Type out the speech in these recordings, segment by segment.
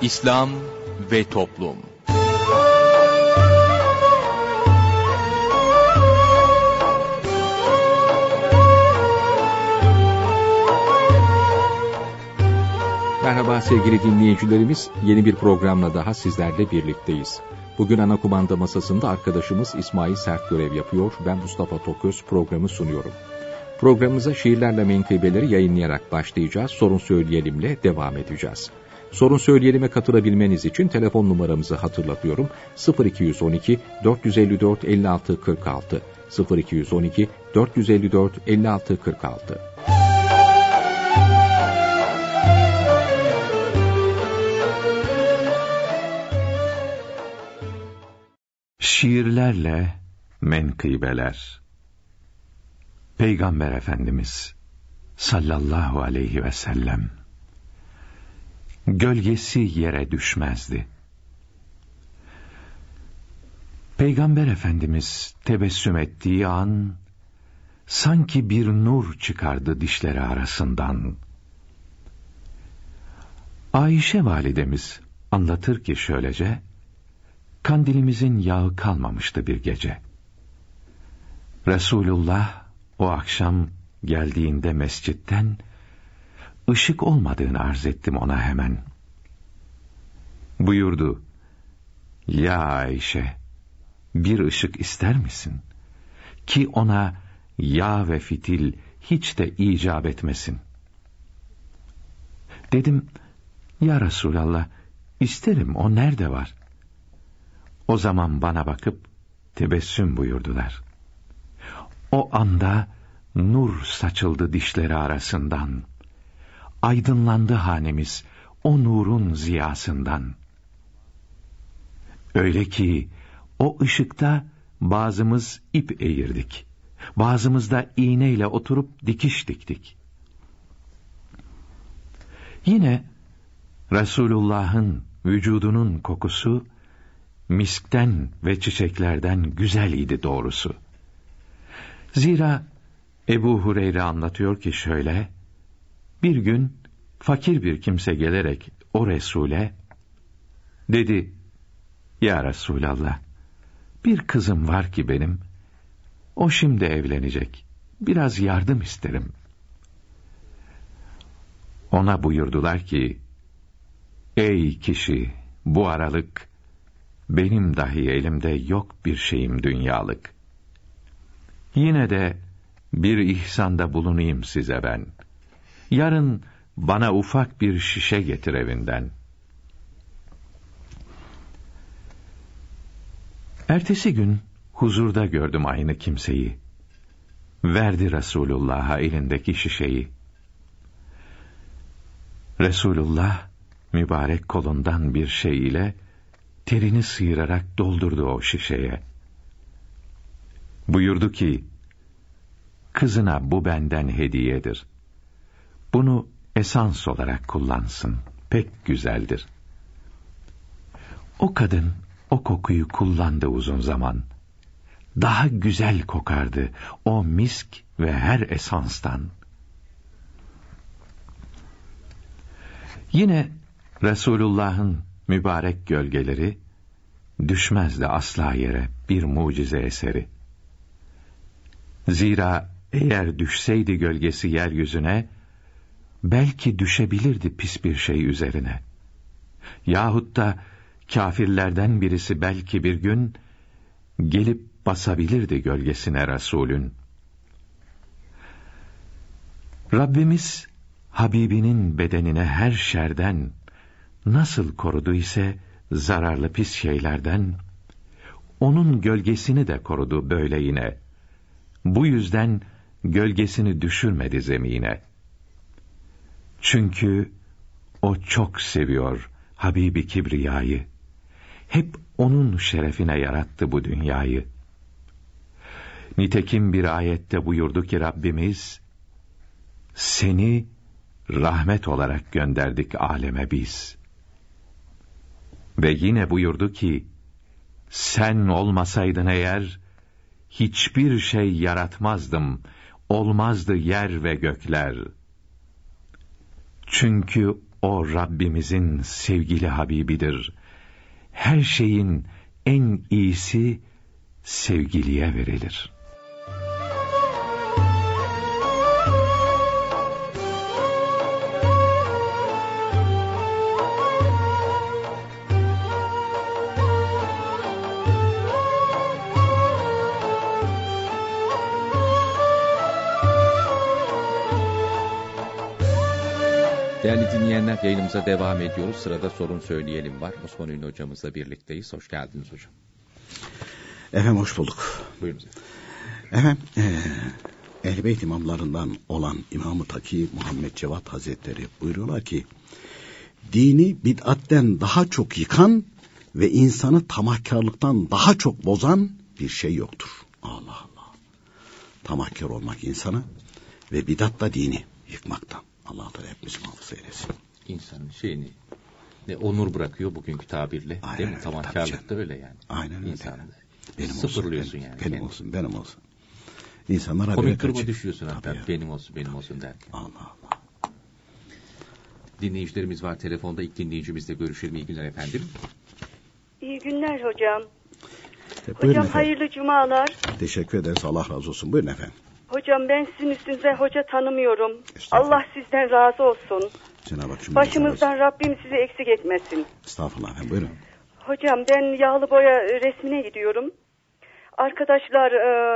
İslam ve Toplum. Merhaba sevgili dinleyicilerimiz, yeni bir programla daha sizlerle birlikteyiz. Bugün ana kumanda masasında arkadaşımız İsmail Sert görev yapıyor, ben Mustafa Toköz programı sunuyorum. Programımıza şiirlerle menkıbeleri yayınlayarak başlayacağız, sorun söyleyelimle devam edeceğiz. Sorun söyleyelim'e katılabilmeniz için telefon numaramızı hatırlatıyorum. 0212 454 56 46 0212 454 56 46. Şiirlerle menkıbeler. Peygamber Efendimiz sallallahu aleyhi ve sellem gölgesi yere düşmezdi. Peygamber Efendimiz tebessüm ettiği an sanki bir nur çıkardı dişleri arasından. Ayşe validemiz anlatır ki şöylece: kandilimizin yağı kalmamıştı bir gece. Resulullah o akşam geldiğinde mescitten ışık olmadığını arz ettim ona hemen. Buyurdu: ya Ayşe, bir ışık ister misin? Ki ona yağ ve fitil hiç de icap etmesin. Dedim: ya Resulallah, isterim, o nerede var? O zaman bana bakıp tebessüm buyurdular. O anda nur saçıldı dişleri arasından. Aydınlandı hanemiz o nurun ziyasından. Öyle ki o ışıkta bazımız ip eğirdik, bazımız da iğneyle oturup dikiş diktik. Yine Resulullah'ın vücudunun kokusu miskten ve çiçeklerden güzel idi doğrusu. Zira Ebu Hureyre anlatıyor ki şöyle: bir gün fakir bir kimse gelerek o Resul'e dedi: ya Resulallah, bir kızım var ki benim, o şimdi evlenecek, biraz yardım isterim. Ona buyurdular ki: ey kişi, bu aralık benim dahi elimde yok bir şeyim dünyalık. Yine de bir ihsanda bulunayım size ben. Yarın bana ufak bir şişe getir evinden. Ertesi gün huzurda gördüm aynı kimseyi. Verdi Resulullah'a elindeki şişeyi. Resulullah mübarek kolundan bir şey ile terini sıyırarak doldurdu o şişeye. Buyurdu ki: kızına bu benden hediyedir. Bunu esans olarak kullansın, pek güzeldir. O kadın o kokuyu kullandı uzun zaman. Daha güzel kokardı o misk ve her esanstan. Yine Resulullah'ın mübarek gölgeleri düşmezdi asla yere, bir mucize eseri. Zira eğer düşseydi gölgesi yeryüzüne, belki düşebilirdi pis bir şey üzerine. Yahut da kâfirlerden birisi belki bir gün gelip basabilirdi gölgesine Resulün. Rabbimiz Habibinin bedenine her şerden nasıl korudu ise zararlı pis şeylerden, onun gölgesini de korudu böyle yine. Bu yüzden gölgesini düşürmedi zemine. Çünkü o çok seviyor Habibi Kibriya'yı. Hep onun şerefine yarattı bu dünyayı. Nitekim bir ayette buyurdu ki Rabbimiz: seni rahmet olarak gönderdik aleme biz. Ve yine buyurdu ki: sen olmasaydın eğer, hiçbir şey yaratmazdım, olmazdı yer ve gökler. Çünkü o Rabbimizin sevgili Habibidir. Her şeyin en iyisi sevgiliye verilir. Değerli dinleyenler, yayınımıza devam ediyoruz. Sırada sorun söyleyelim var. Osman Ünlü hocamızla birlikteyiz. Hoş geldiniz hocam. Efendim hoş bulduk. Buyurunuz. Efendim Ehl-i Beyt imamlarından olan İmam-ı Taki Muhammed Cevat Hazretleri buyuruyorlar ki, dini bid'atten daha çok yıkan ve insanı tamahkarlıktan daha çok bozan bir şey yoktur. Allah Allah. Tamahkar olmak insanı ve bid'atla dini yıkmaktan. Allah da hepimizi muhafaza eylesin. İnsanın şeyini onur bırakıyor bugünkü tabirle. Aynen değil mi? öyle, Tamahkarlık da öyle yani. Aynen öyle. İnsanı Benim sıfırlıyorsun olsun, yani. Benim olsun, benim olsun. İnsanlara komik duruma düşüyorsun hatta. Ya. Benim olsun derken. Allah Allah. Dinleyicilerimiz var telefonda. İlk dinleyicimizle görüşelim. İyi günler efendim. İyi günler hocam. Buyurun Hocam efendim. hayırlı cumalar. Teşekkür ederiz. Allah razı olsun. Buyurun efendim. Hocam ben sizin üstünüze hoca tanımıyorum. Estağfurullah. Allah sizden razı olsun. Cenab-ı Hak cümlemize Başımızdan Rabbim sizi eksik etmesin. Estağfurullah efendim. Buyurun. Hocam ben yağlı boya resmine gidiyorum. Arkadaşlar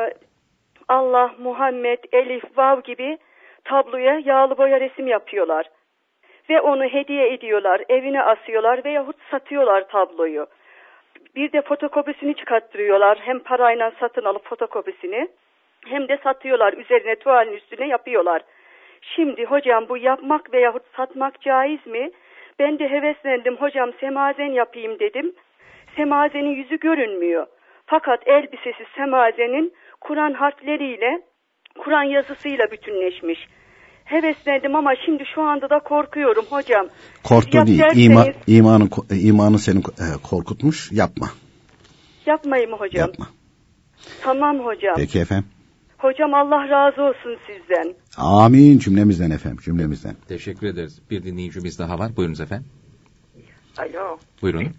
Allah, Muhammed, Elif, Vav gibi tabloya yağlı boya resim yapıyorlar. Ve onu hediye ediyorlar, evine asıyorlar veyahut satıyorlar tabloyu. Bir de fotokopisini çıkarttırıyorlar. Hem parayla satın alıp fotokopisini hem de satıyorlar. Üzerine tuvalin üstüne yapıyorlar. Şimdi hocam bu yapmak veyahut satmak caiz mi? Ben de heveslendim hocam semazen yapayım dedim. Semazenin yüzü görünmüyor. Fakat elbisesi semazenin Kur'an harfleriyle, Kur'an yazısıyla bütünleşmiş. Heveslendim ama şimdi şu anda da korkuyorum hocam. Korktu değil. Derseniz, imanı seni korkutmuş. Yapma. yapmayayım mı hocam? Yapma. Tamam hocam. Peki efendim. Hocam Allah razı olsun sizden. Amin cümlemizden efendim. Cümlemizden. Teşekkür ederiz. Bir dinleyicimiz daha var. Buyurunuz efendim. Alo. Buyurun.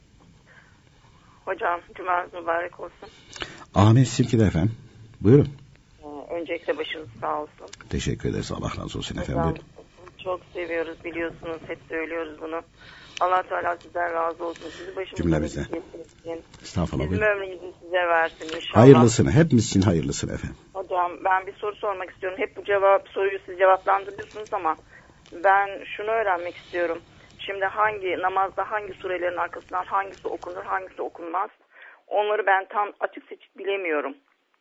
Hocam cumanız mübarek olsun. Amin sizinki de efendim. Buyurun. Öncelikle başınız sağ olsun. Teşekkür ederiz. Allah razı olsun efendim. Hocam, Buyurun. çok seviyoruz biliyorsunuz. Hep söylüyoruz bunu. Allah Teala sizden razı olsun. Sizi başımıza Cümlemizden. getirsin. Estağfurullah. Bizim Buyurun. ömrünüzü size versin inşallah. Hayırlısını. Hepimiz için hayırlısını efendim. Hocam ben bir soru sormak istiyorum. Hep bu soruyu siz cevaplandırıyorsunuz ama ben şunu öğrenmek istiyorum. Şimdi namazda hangi surelerin arkasından hangisi okunur, hangisi okunmaz? Onları ben tam açık seçik bilemiyorum.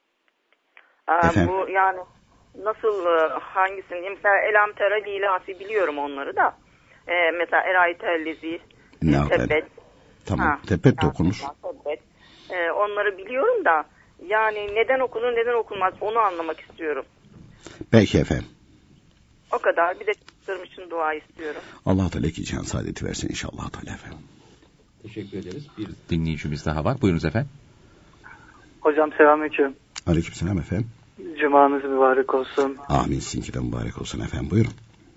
Bu yani nasıl hangisini? Mesela Elam Tera Lilafi biliyorum onları da. Mesela Eraytellezi, Tebbet. Tamam. Tebbet de okunur. Tebbet. Onları biliyorum da yani neden okunur, neden okunmaz onu anlamak istiyorum. Peki efendim. O kadar. Bir de çocuklarım için dua istiyorum. Allah Teala ki cihan saadeti versin inşallah Teala efendim. Teşekkür ederiz. Bir dinleyicimiz daha var. Buyurunuz efendim. Hocam selamünaleyküm. Aleykümselam efendim. Cumanız mübarek olsun. Amin sizinki de mübarek olsun efendim. Buyurun.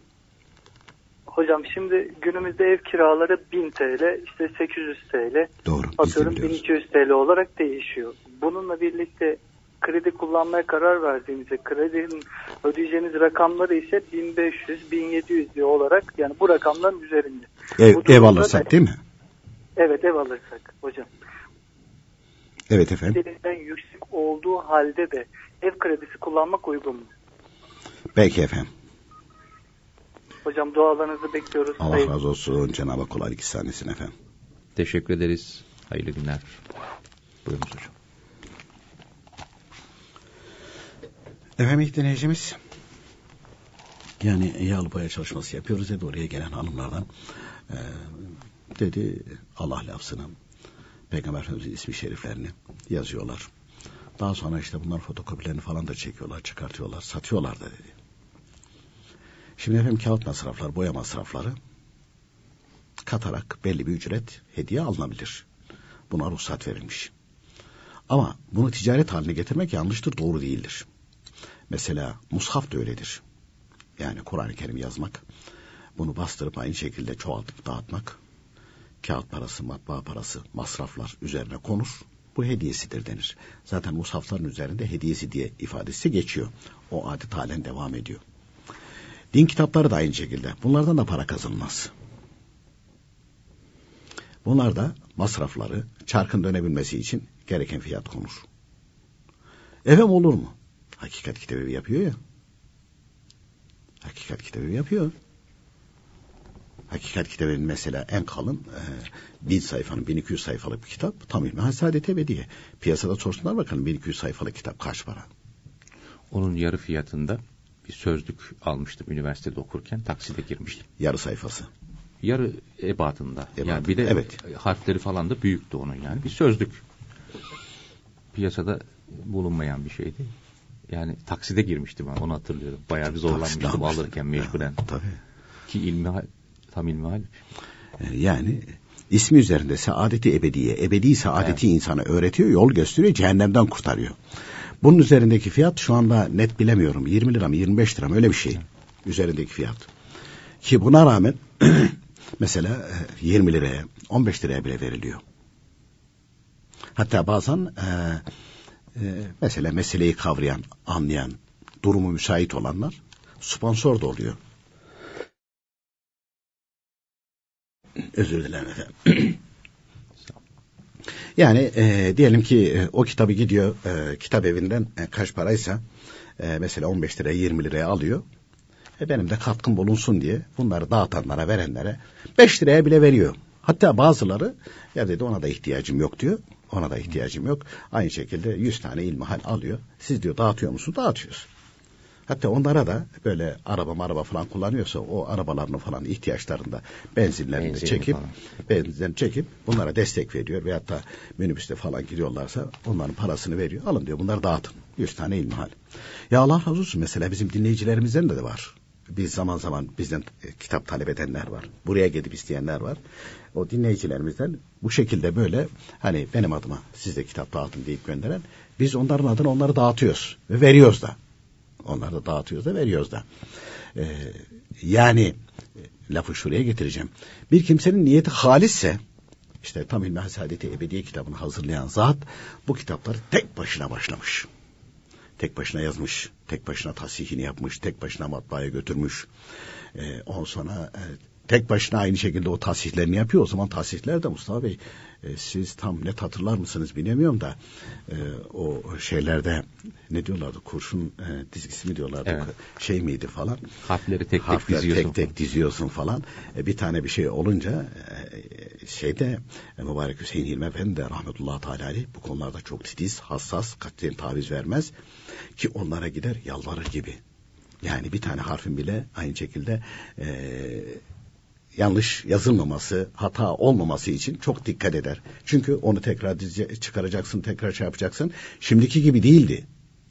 Hocam şimdi günümüzde ev kiraları 1000 TL, işte 800 TL. Doğru. Atıyorum 1200 TL olarak değişiyor. Bununla birlikte kredi kullanmaya karar verdiğimizde kredinin ödeyeceğiniz rakamları ise 1500, 1700 diye olarak yani bu rakamların üzerinde. Ev alırsak değil mi? Evet ev alırsak hocam. Evet efendim. Kredinden yüksek olduğu halde de ev kredisi kullanmak uygun mu? Peki efendim. Hocam dualarınızı bekliyoruz. Allah razı olsun. Cenab-ı Hak kolaylık ihsan etsin efendim. Teşekkür ederiz. Hayırlı günler. Buyurunuz hocam. Efendim ilk dinleyicimiz. Yani yağlı boya çalışması yapıyoruz dedi oraya gelen hanımlardan. Dedi Allah lafzını, Peygamber Efendimiz'in ismi şeriflerini yazıyorlar. Daha sonra işte bunlar fotokopilerini falan da çekiyorlar, çıkartıyorlar, satıyorlar da dedi. Şimdi efendim kağıt masrafları, boya masrafları katarak belli bir ücret hediye alınabilir. Buna ruhsat verilmiş. Ama bunu ticaret haline getirmek yanlıştır, doğru değildir. Mesela mushaf da öyledir. Yani Kur'an-ı Kerim yazmak. bunu bastırıp aynı şekilde çoğaltıp dağıtmak, kağıt parası, matbaa parası, masraflar üzerine konur. Bu hediyesidir denir. Zaten mushafların üzerinde hediyesi diye ifadesi geçiyor. O adet halen devam ediyor. Din kitapları da aynı şekilde. Bunlardan da para kazanılmaz. Bunlar da masrafları, çarkın dönebilmesi için gereken fiyat konur. Efendim olur mu? Hakikat Kitabevi yapıyor ya. Hakikat Kitabevi yapıyor. Hakikat Kitabevi'nin mesela en kalın 1000 sayfanın 1200 sayfalık bir kitap Tam İlmihal Saadet Ebediye. Piyasada sorsunlar bakalım 1200 sayfalık kitap kaç para? Onun yarı fiyatında bir sözlük almıştım üniversitede okurken, takside girmiştim. Yarı sayfası. Yarı ebatında. Yani bir de evet. Harfleri falan da büyüktü onun yani. Bir sözlük. Piyasada bulunmayan bir şeydi. Yani takside girmiştim ben, onu hatırlıyorum. Bayağı bir zorlanmıştım alırken mecburen. Tabii. Ki ilmihal, Tam İlmihal. Yani ismi üzerinde saadeti ebediye, ebedi saadeti insana öğretiyor, yol gösteriyor, cehennemden kurtarıyor. Bunun üzerindeki fiyat şu anda net bilemiyorum. 20 lira mı 25 lira mı öyle bir şey. Üzerindeki fiyat. Ki buna rağmen mesela 20 liraya 15 liraya bile veriliyor. Hatta bazen mesela meseleyi kavrayan, anlayan, durumu müsait olanlar sponsor da oluyor. Özür dilerim efendim. Yani diyelim ki o kitabı gidiyor kitap evinden kaç paraysa mesela 15 liraya 20 liraya alıyor. Benim de katkım bulunsun diye bunları dağıtanlara, verenlere 5 liraya bile veriyor. Hatta bazıları ya dedi ona da ihtiyacım yok diyor. Ona da ihtiyacım yok. Aynı şekilde 100 tane ilmihal alıyor. Siz diyor dağıtıyor musun? Dağıtıyoruz. Hatta onlara da böyle araba falan kullanıyorsa o arabalarını falan ihtiyaçlarında benzinlerini çekip bunlara destek veriyor. Veyahut da minibüste falan gidiyorlarsa onların parasını veriyor. Alın diyor bunları dağıtın. 100 tane ilmihal. Ya Allah razı olsun mesela bizim dinleyicilerimizden de var. Biz zaman zaman bizden kitap talep edenler var. Buraya gidip isteyenler var. O dinleyicilerimizden bu şekilde böyle hani benim adıma siz de kitap dağıtın deyip gönderen biz onların adına onları dağıtıyoruz ve veriyoruz da. Onları da dağıtıyoruz da veriyoruz da. Yani lafı şuraya getireceğim. Bir kimsenin niyeti halisse işte Tam İlmihal Saadet Ebediye kitabını hazırlayan zat bu kitapları tek başına başlamış. Tek başına yazmış, tek başına tasihini yapmış, tek başına matbaaya götürmüş. Ondan sonra tek başına aynı şekilde o tasihlerini yapıyor. O zaman tasihler de Mustafa Bey siz tam net hatırlar mısınız bilemiyorum da o şeylerde ne diyorlardı? Kurşun dizgisi mi diyorlardı? Evet. Şey miydi falan? Harfleri tek diziyorsun falan. Bir tane bir şey olunca şeyde mübarek Hüseyin Hilmi Efendi de rahmetullahi teala aleyh bu konularda çok titiz, hassas, katiyen taviz vermez ki onlara gider yalvarır gibi. Yani bir tane harfin bile aynı şekilde yanlış yazılmaması, hata olmaması için çok dikkat eder. Çünkü onu tekrar çıkaracaksın, tekrar şey yapacaksın. Şimdiki gibi değildi.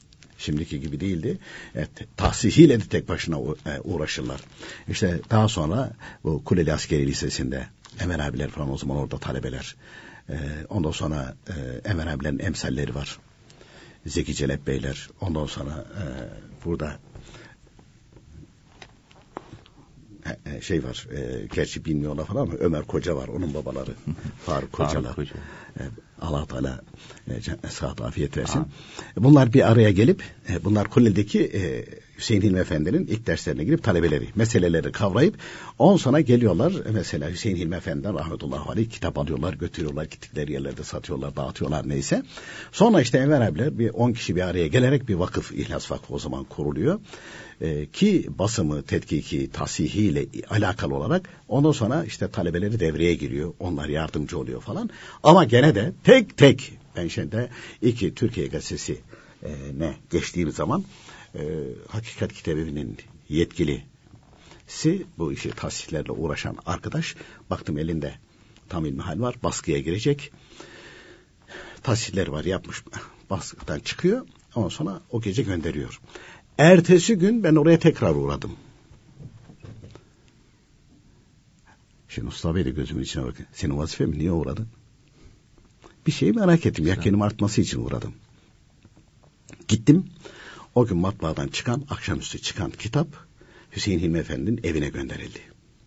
Evet, tahsihiyle de tek başına uğraşırlar. İşte daha sonra bu Kuleli Askeri Lisesi'nde Emel abiler falan o zaman orada talebeler. Ondan sonra Emel abilerin emsalleri var. Zeki Celep Beyler. Ondan sonra burada şey var, gerçi bilmiyorlar falan ama Ömer Koca var, onun babaları Faruk Kocalar. Allah Teala sıhhat afiyet versin. Bunlar bir araya gelip bunlar Kuleli'deki Hüseyin Hilmi Efendi'nin ilk derslerine girip talebeleri, meseleleri kavrayıp on sonra geliyorlar. Mesela Hüseyin Hilmi Efendi'den rahmetullahi aleyh kitap alıyorlar, götürüyorlar, gittikleri yerlerde satıyorlar, dağıtıyorlar neyse. Sonra işte Enver abiler bir 10 kişi bir araya gelerek bir vakıf, İhlas Vakfı o zaman kuruluyor. Ki basımı, tetkiki, tasihiyle alakalı olarak ondan sonra işte talebeleri devreye giriyor. Onlar yardımcı oluyor falan. Ama gene de tek ben şimdi iki Türkiye Gazetesi ne geçtiğim zaman Hakikat Kitabevi'nin yetkilisi bu işi tasihlerle uğraşan arkadaş baktım elinde Tam İlmihal var, baskıya girecek. Tasihleri var yapmış, baskıdan çıkıyor. Ondan sonra o gece gönderiyor. Ertesi gün ben oraya tekrar uğradım. Şimdi Mustafa Bey de gözümün içine bakın. Senin vazifen mi? Niye uğradın? Bir şeyi merak ettim. Yakınım artması için uğradım. Gittim. O gün matbaadan çıkan, akşamüstü çıkan kitap Hüseyin Hilmi Efendi'nin evine gönderildi.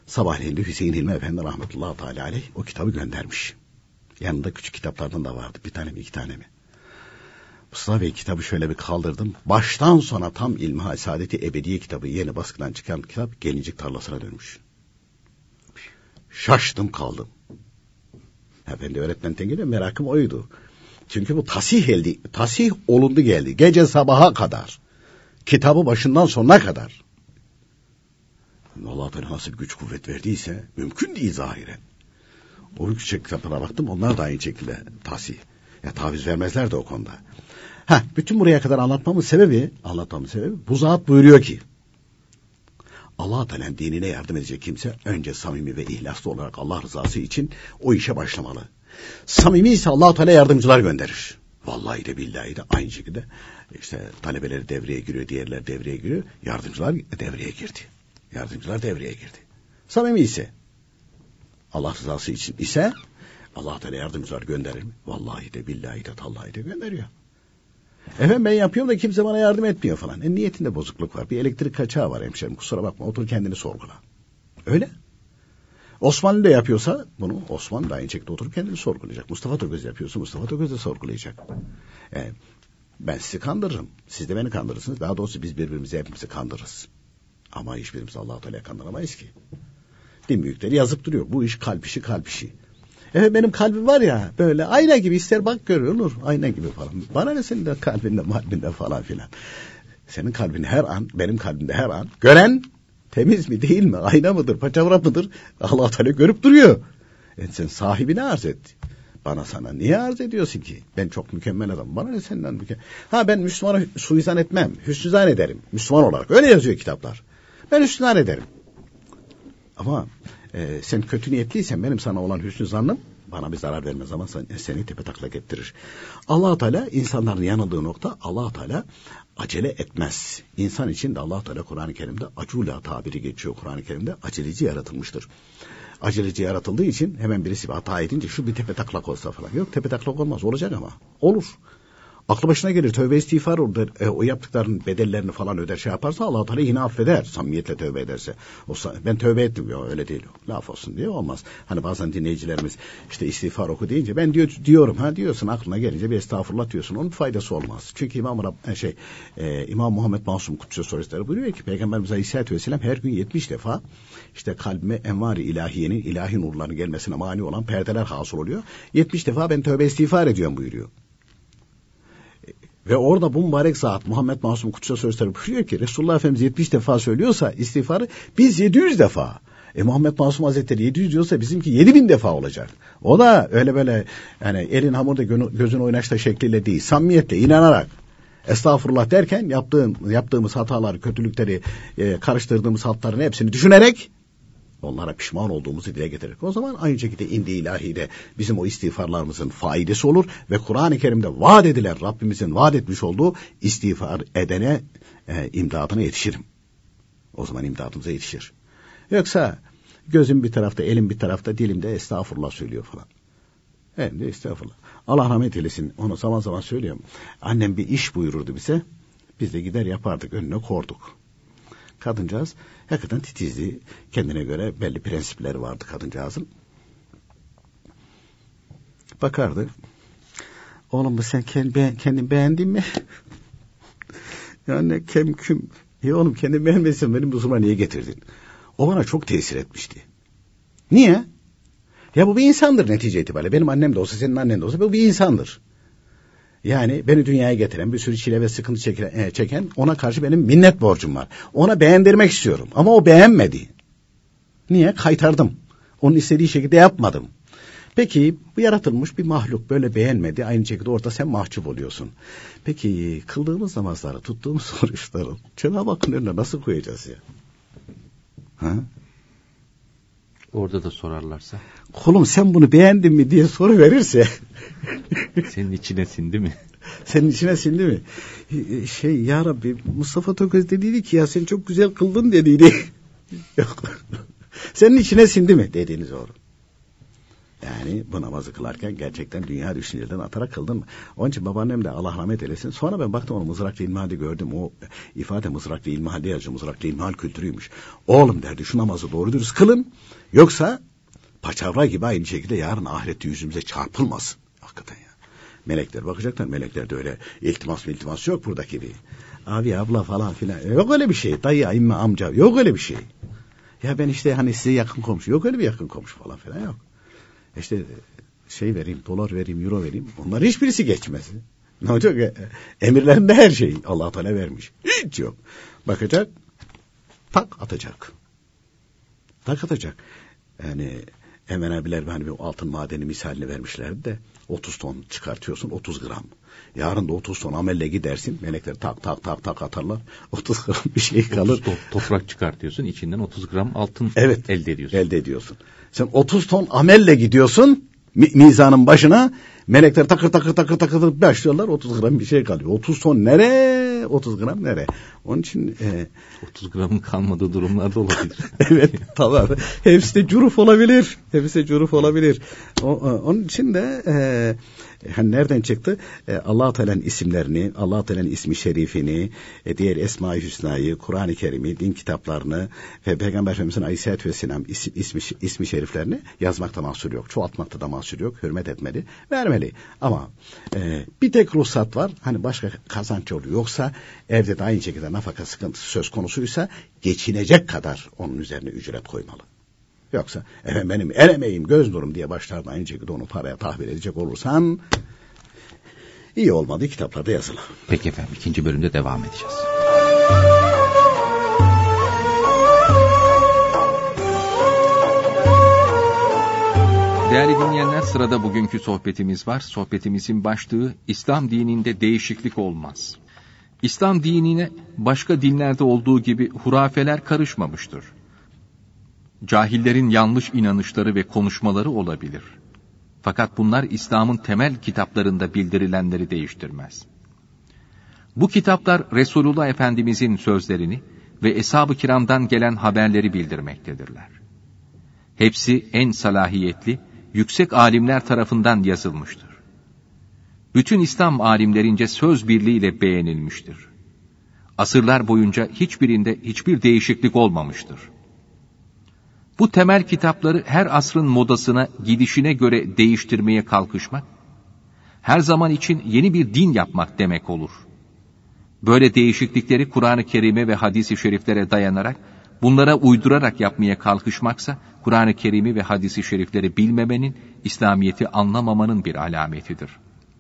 Sabahleyin de Hüseyin Hilmi Efendi rahmetullahi teala aleyh o kitabı göndermiş. Yanında küçük kitaplardan da vardı. Bir tane mi 2 tane mi? Mustafa Bey kitabı şöyle bir kaldırdım. Baştan sona tam İlmihal Saadet-i Ebediye kitabı yeni baskıdan çıkan kitap gelincik tarlasına dönmüş. Şaştım kaldım. Ben de öğretmenden geliyor, merakım oydu. Çünkü bu tasih olundu geldi. Gece sabaha kadar. Kitabı başından sonuna kadar. Allah Teala nasıl bir güç kuvvet verdiyse mümkün değil zahiren. O küçük kitaplara baktım, onlar da aynı şekilde tasih. Ya taviz vermezler de o konuda. Bütün buraya kadar anlatmamın sebebi bu zat buyuruyor ki Allah Teala'nın dinine yardım edecek kimse önce samimi ve ihlaslı olarak Allah rızası için o işe başlamalı. Samimi ise Allah Teala yardımcılar gönderir. Vallahi de billahi de aynı şekilde işte talebeleri devreye giriyor, diğerler devreye giriyor, yardımcılar devreye girdi. Samimi ise Allah rızası için ise Allah Teala yardımcılar gönderir mi? Vallahi de billahi de tallahi de gönderiyor. Efendim ben yapıyorum da kimse bana yardım etmiyor falan. Niyetinde bozukluk var. Bir elektrik kaçağı var hemşerim. Kusura bakma, otur kendini sorgula. Öyle. Osmanlı da yapıyorsa bunu Osmanlı da aynı şekilde oturup kendini sorgulayacak. Mustafa Tököz yapıyorsa Mustafa Tököz de sorgulayacak. Ben sizi kandırırım. Siz de beni kandırırsınız. Daha doğrusu biz birbirimizi hepimizi kandırırız. Ama hiçbirimiz Allah-u Teala'ya kandıramayız ki. Din büyükleri yazıp duruyor. Bu iş kalp işi. Evet, benim kalbim var ya böyle ayna gibi, ister bak görüyor olur ayna gibi falan. Bana ne senin de kalbinde falan filan. Senin kalbin her an, benim kalbimde her an gören temiz mi değil mi, ayna mıdır, paçavra mıdır, Allah Teala görüp duruyor. Sen sahibine arz et. Bana sana niye arz ediyorsun ki? Ben çok mükemmel adamım. Bana ne senden mükemmel? Ben Müslümana suizan etmem. Hüsnüzan ederim. Müslüman olarak. Öyle yazıyor kitaplar. Ben hüsnüzan ederim. Ama sen kötü niyetliysen benim sana olan hüsnü zannım bana bir zarar vermez ama seni tepetaklak ettirir. Allah Teala insanların yanıldığı nokta, Allah Teala acele etmez. İnsan için de Allah Teala Kur'an-ı Kerim'de acula tabiri geçiyor. Kur'an-ı Kerim'de aceleci yaratılmıştır. Aceleci yaratıldığı için hemen birisi bir hata edince şu bir tepetaklak olsa falan. Yok, tepetaklak olmaz, olacak ama olur. Aklı başına gelir, tövbe istiğfar olur. O yaptıklarının bedellerini falan öder, şey yaparsa Allah Teala yine affeder. Samimiyetle tövbe ederse. Ben tövbe ettim ya, öyle değil. Laf olsun diye olmaz. Hani bazen dinleyicilerimiz işte istiğfar oku deyince ben diyorum diyorsun, aklına gelince bir estağfurullah diyorsun. Onun faydası olmaz. Çünkü İmam Muhammed Masum Kutsu Suresi buyuruyor ki Peygamberimiz Aleyhisselatü Vesselam her gün 70 defa işte kalbime envar-i ilahiyenin, ilahi nurların gelmesine mani olan perdeler hasıl oluyor. 70 defa ben tövbe istiğfar ediyorum buyuruyor. Ve orada bu mübarek zat Muhammed Masum Kutsu Suresi buyuruyor ki Resulullah Efendimiz 70 defa söylüyorsa istiğfarı, biz 700 defa. Muhammed Masum Hazretleri 700 diyorsa bizimki 7000 defa olacak. O da öyle böyle yani elin hamurda gözün oynaşta şekliyle değil, samimiyetle, inanarak estağfurullah derken yaptığımız hataları, kötülükleri, karıştırdığımız hatların hepsini düşünerek onlara pişman olduğumuzu dile getirir. O zaman aynı şekilde indi ilahide bizim o istiğfarlarımızın faidesi olur ve Kur'an-ı Kerim'de vaat edilen, Rabbimizin vaat etmiş olduğu istiğfar edene imdadına yetişirim. O zaman imdadımıza yetişir. Yoksa gözüm bir tarafta, elim bir tarafta, dilimde estağfurullah söylüyor falan. Hem de estağfurullah. Allah rahmet eylesin. Onu zaman zaman söylüyorum. Annem bir iş buyururdu bize. Biz de gider yapardık, önüne korduk. Kadıncağız hakikaten titizdi. Kendine göre belli prensipleri vardı kadıncağızın. Bakardı. Oğlum bu sen kendin beğendin mi? Yani küm. Oğlum kendin beğenmezsen benim huzuruma niye getirdin? O bana çok tesir etmişti. Niye? Ya bu bir insandır netice itibariyle. Benim annem de olsa, senin annen de olsa bu bir insandır. Yani beni dünyaya getiren, bir sürü çile ve sıkıntı çeken ona karşı benim minnet borcum var. Ona beğendirmek istiyorum ama o beğenmedi. Niye? Kaytardım. Onun istediği şekilde yapmadım. Peki bu yaratılmış bir mahluk böyle beğenmedi. Aynı şekilde orada sen mahcup oluyorsun. Peki kıldığımız namazları, tuttuğumuz oruçları Cenab-ı Hakk'ın önüne nasıl koyacağız ya? Ha? Orada da sorarlarsa. Kulum sen bunu beğendin mi diye soru verirse. Senin içine sindi mi? Senin içine sindi mi? Ya Rabbi, Mustafa Tököz dediydi ki ya sen çok güzel kıldın dediydi. Yok. Senin içine sindi mi dediğiniz doğru. Yani bu namazı kılarken gerçekten dünya düşünceden atarak kıldın mı? Onun için babaannem de Allah rahmet eylesin. Sonra ben baktım onu mızraklı ilmihalde gördüm. O ifade mızraklı ilmihalde yazıyor. Mızraklı ilmihal kültürüymüş. Oğlum derdi şu namazı doğru dürüst kılın. Yoksa paçavra gibi aynı şekilde yarın ahirette yüzümüze çarpılmasın. Hakikaten ya. Melekler bakacaklar. Melekler de öyle iltimas yok buradaki gibi. Abi abla falan filan. Yok öyle bir şey. Dayı, imme, amca. Yok öyle bir şey. Ya ben işte hani size yakın komşu. Yok öyle bir yakın komşu falan filan yok. İşte şey vereyim, dolar vereyim, euro vereyim. Onların hiçbirisi geçmez. Ne olacak? Emirlerinde her şey Allah Teala vermiş. Hiç yok. Bakacak, tak atacak. Tak atacak. Yani Hemen abiler hani bir altın madeni misalini vermişlerdi de 30 ton çıkartıyorsun 30 gram. Yarın da 30 ton amelle gidersin. Melekler tak atarlar. 30 gram bir şey kalır. 30 ton toprak çıkartıyorsun. İçinden 30 gram altın elde ediyorsun. Elde ediyorsun. Sen 30 ton amelle gidiyorsun mizanın başına. Melekler takır başlıyorlar. 30 gram bir şey kalıyor. 30 ton nere? 30 gram nere? Onun için 30 gramın kalmadığı durumlarda olabilir. Evet, tamam. Hepsi de curuf olabilir. Onun için de hani nereden çıktı? Allah-u Teala'nın isimlerini, Allah-u Teala'nın ismi şerifini, diğer Esma-i Hüsna'yı, Kur'an-ı Kerim'i, din kitaplarını ve Peygamber Efendimiz'in Aleyhisselatü Vesselam ismi şeriflerini yazmakta mahsur yok. Çoğaltmakta da mahsur yok. Hürmet etmeli, vermeli. Ama bir tek ruhsat var. Hani başka kazanç oluyor. Yoksa evde de aynı şekilde nafaka sıkıntısı söz konusuysa geçinecek kadar onun üzerine ücret koymalı. Yoksa benim el emeğim, göz nurum diye başlarda aynı şekilde onu paraya tahvil edecek olursan iyi olmadığı kitaplarda yazılı. Peki efendim, ikinci bölümde devam edeceğiz. Değerli dinleyenler, sırada bugünkü sohbetimiz var. Sohbetimizin başlığı İslam dininde değişiklik olmaz. İslam dinine başka dinlerde olduğu gibi hurafeler karışmamıştır. Cahillerin yanlış inanışları ve konuşmaları olabilir. Fakat bunlar İslam'ın temel kitaplarında bildirilenleri değiştirmez. Bu kitaplar Resulullah Efendimizin sözlerini ve Eshab-ı Kiram'dan gelen haberleri bildirmektedirler. Hepsi en salahiyetli, yüksek alimler tarafından yazılmıştır. Bütün İslam alimlerince söz birliğiyle beğenilmiştir. Asırlar boyunca hiçbirinde hiçbir değişiklik olmamıştır. Bu temel kitapları her asrın modasına, gidişine göre değiştirmeye kalkışmak, her zaman için yeni bir din yapmak demek olur. Böyle değişiklikleri Kur'an-ı Kerim'e ve hadis-i şeriflere dayanarak, bunlara uydurarak yapmaya kalkışmaksa, Kur'an-ı Kerim'i ve hadis-i şerifleri bilmemenin, İslamiyet'i anlamamanın bir alametidir.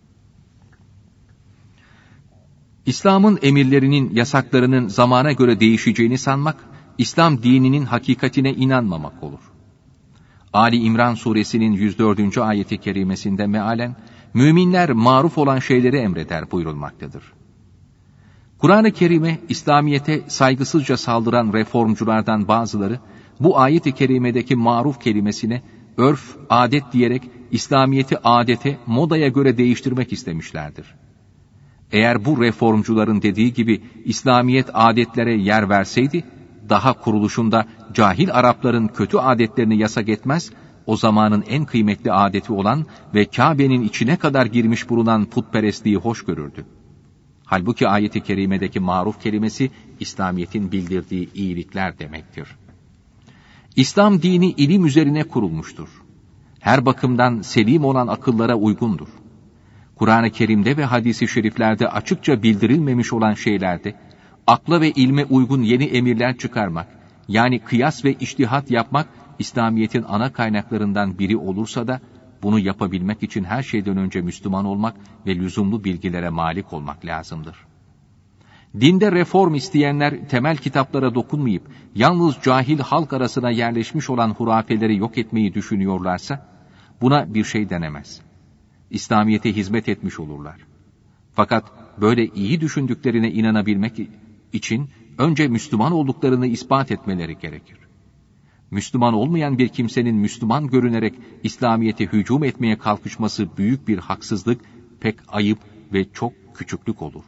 İslam'ın emirlerinin, yasaklarının zamana göre değişeceğini sanmak, İslam dininin hakikatine inanmamak olur. Ali İmran suresinin 104. ayeti kerimesinde mealen, müminler maruf olan şeyleri emreder buyurulmaktadır. Kur'an-ı Kerim'e, İslamiyet'e saygısızca saldıran reformculardan bazıları, bu ayet-i kerimedeki maruf kelimesine örf, adet diyerek İslamiyet'i adete, modaya göre değiştirmek istemişlerdir. Eğer bu reformcuların dediği gibi İslamiyet adetlere yer verseydi, daha kuruluşunda cahil Arapların kötü adetlerini yasak etmez, o zamanın en kıymetli adeti olan ve Kabe'nin içine kadar girmiş bulunan putperestliği hoş görürdü. Halbuki ayet-i kerimedeki maruf kelimesi, İslamiyet'in bildirdiği iyilikler demektir. İslam dini ilim üzerine kurulmuştur. Her bakımdan selim olan akıllara uygundur. Kur'an-ı Kerim'de ve hadis-i şeriflerde açıkça bildirilmemiş olan şeylerde, akla ve ilme uygun yeni emirler çıkarmak, yani kıyas ve içtihat yapmak, İslamiyet'in ana kaynaklarından biri olursa da, bunu yapabilmek için her şeyden önce Müslüman olmak ve lüzumlu bilgilere malik olmak lazımdır. Dinde reform isteyenler temel kitaplara dokunmayıp, yalnız cahil halk arasına yerleşmiş olan hurafeleri yok etmeyi düşünüyorlarsa, buna bir şey denemez. İslamiyet'e hizmet etmiş olurlar. Fakat böyle iyi düşündüklerine inanabilmek için önce Müslüman olduklarını ispat etmeleri gerekir. Müslüman olmayan bir kimsenin Müslüman görünerek İslamiyet'e hücum etmeye kalkışması büyük bir haksızlık, pek ayıp ve çok küçüklük olur.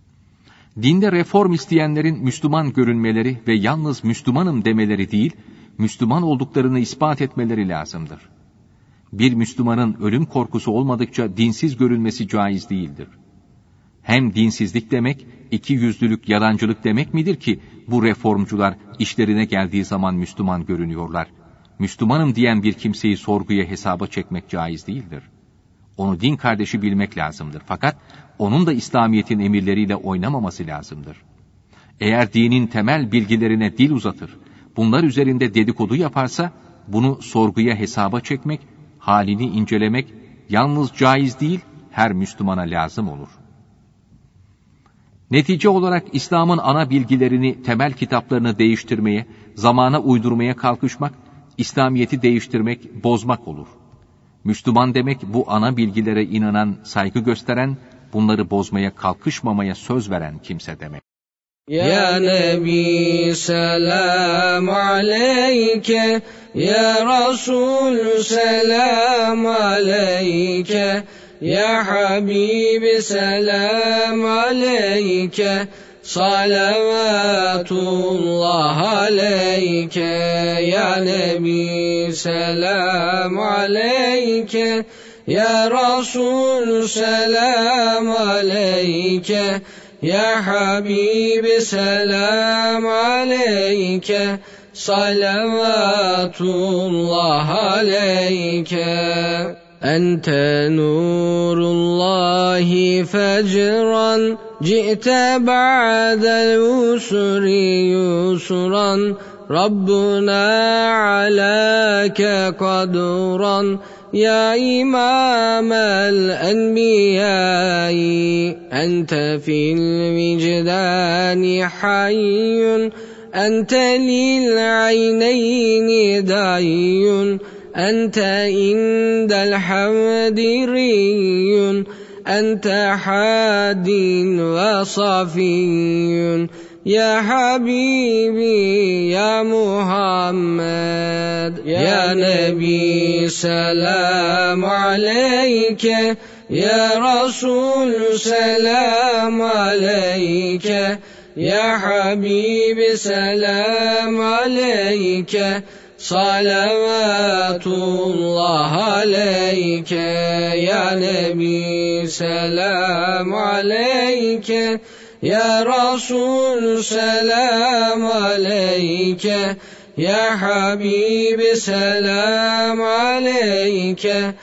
Dinde reform isteyenlerin Müslüman görünmeleri ve yalnız Müslümanım demeleri değil, Müslüman olduklarını ispat etmeleri lazımdır. Bir Müslümanın ölüm korkusu olmadıkça dinsiz görülmesi caiz değildir. Hem dinsizlik demek, ikiyüzlülük, yalancılık demek midir ki bu reformcular işlerine geldiği zaman Müslüman görünüyorlar? Müslümanım diyen bir kimseyi sorguya, hesaba çekmek caiz değildir. Onu din kardeşi bilmek lazımdır. Fakat onun da İslamiyet'in emirleriyle oynamaması lazımdır. Eğer dinin temel bilgilerine dil uzatır, bunlar üzerinde dedikodu yaparsa, bunu sorguya, hesaba çekmek, halini incelemek yalnız caiz değil, her Müslümana lazım olur. Netice olarak İslam'ın ana bilgilerini, temel kitaplarını değiştirmeye, zamana uydurmaya kalkışmak, İslamiyet'i değiştirmek, bozmak olur. Müslüman demek, bu ana bilgilere inanan, saygı gösteren, bunları bozmaya kalkışmamaya söz veren kimse demek. Ya Nebi selam aleyke, Ya Resul selam aleyke, Ya Habibi selam aleyke, salavatullah aleyke. Ya Nebi selam aleyke, Ya Resul selam aleyke, Ya Habibi selam aleyke, salavatullah aleyke. Ente nurullahi fecran, ci'te ba'del usri yusran, Rabbuna alâke kadran, Ya İmamel Enbiyâi. Ente fil vicdâni hayyun, ente lil ayneyni dayyun, ente indel havdiriyun, ente hadin ve safiyyun. Ya Habibi, Ya Muhammed, Ya Nebi selam aleyke, Ya Resul selam aleyke, Ya Habibi selam aleyke, salavatullah aleyke. Ya Nebi selam aleyke, Ya Resul selam aleyke, Ya Habibi selam aleyke,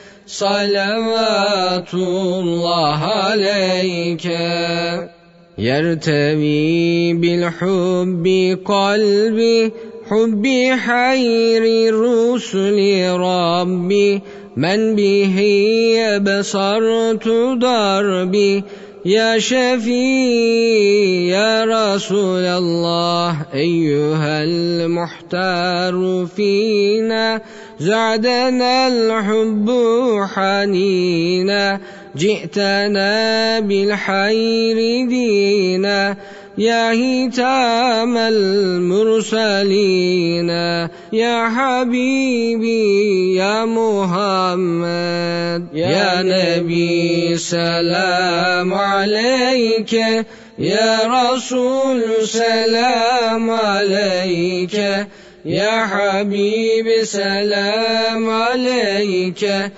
salavatullah aleyke. Yertevi bil hubbi kalbi, hubbi hayri rusuli Rabbi, men bihi ebsartu darbi. Ya Şefii, Ya Resulallah, eyyuhel muhtaru fina, za'denel hubbu hanina, ci'tena bil hayri dina, Ya hitamel mursalina, Ya Habibi, Ya Muhammed, Ya Nebi selam aleyke, Ya Resul selam aleyke, Ya Habibi selam aleyke,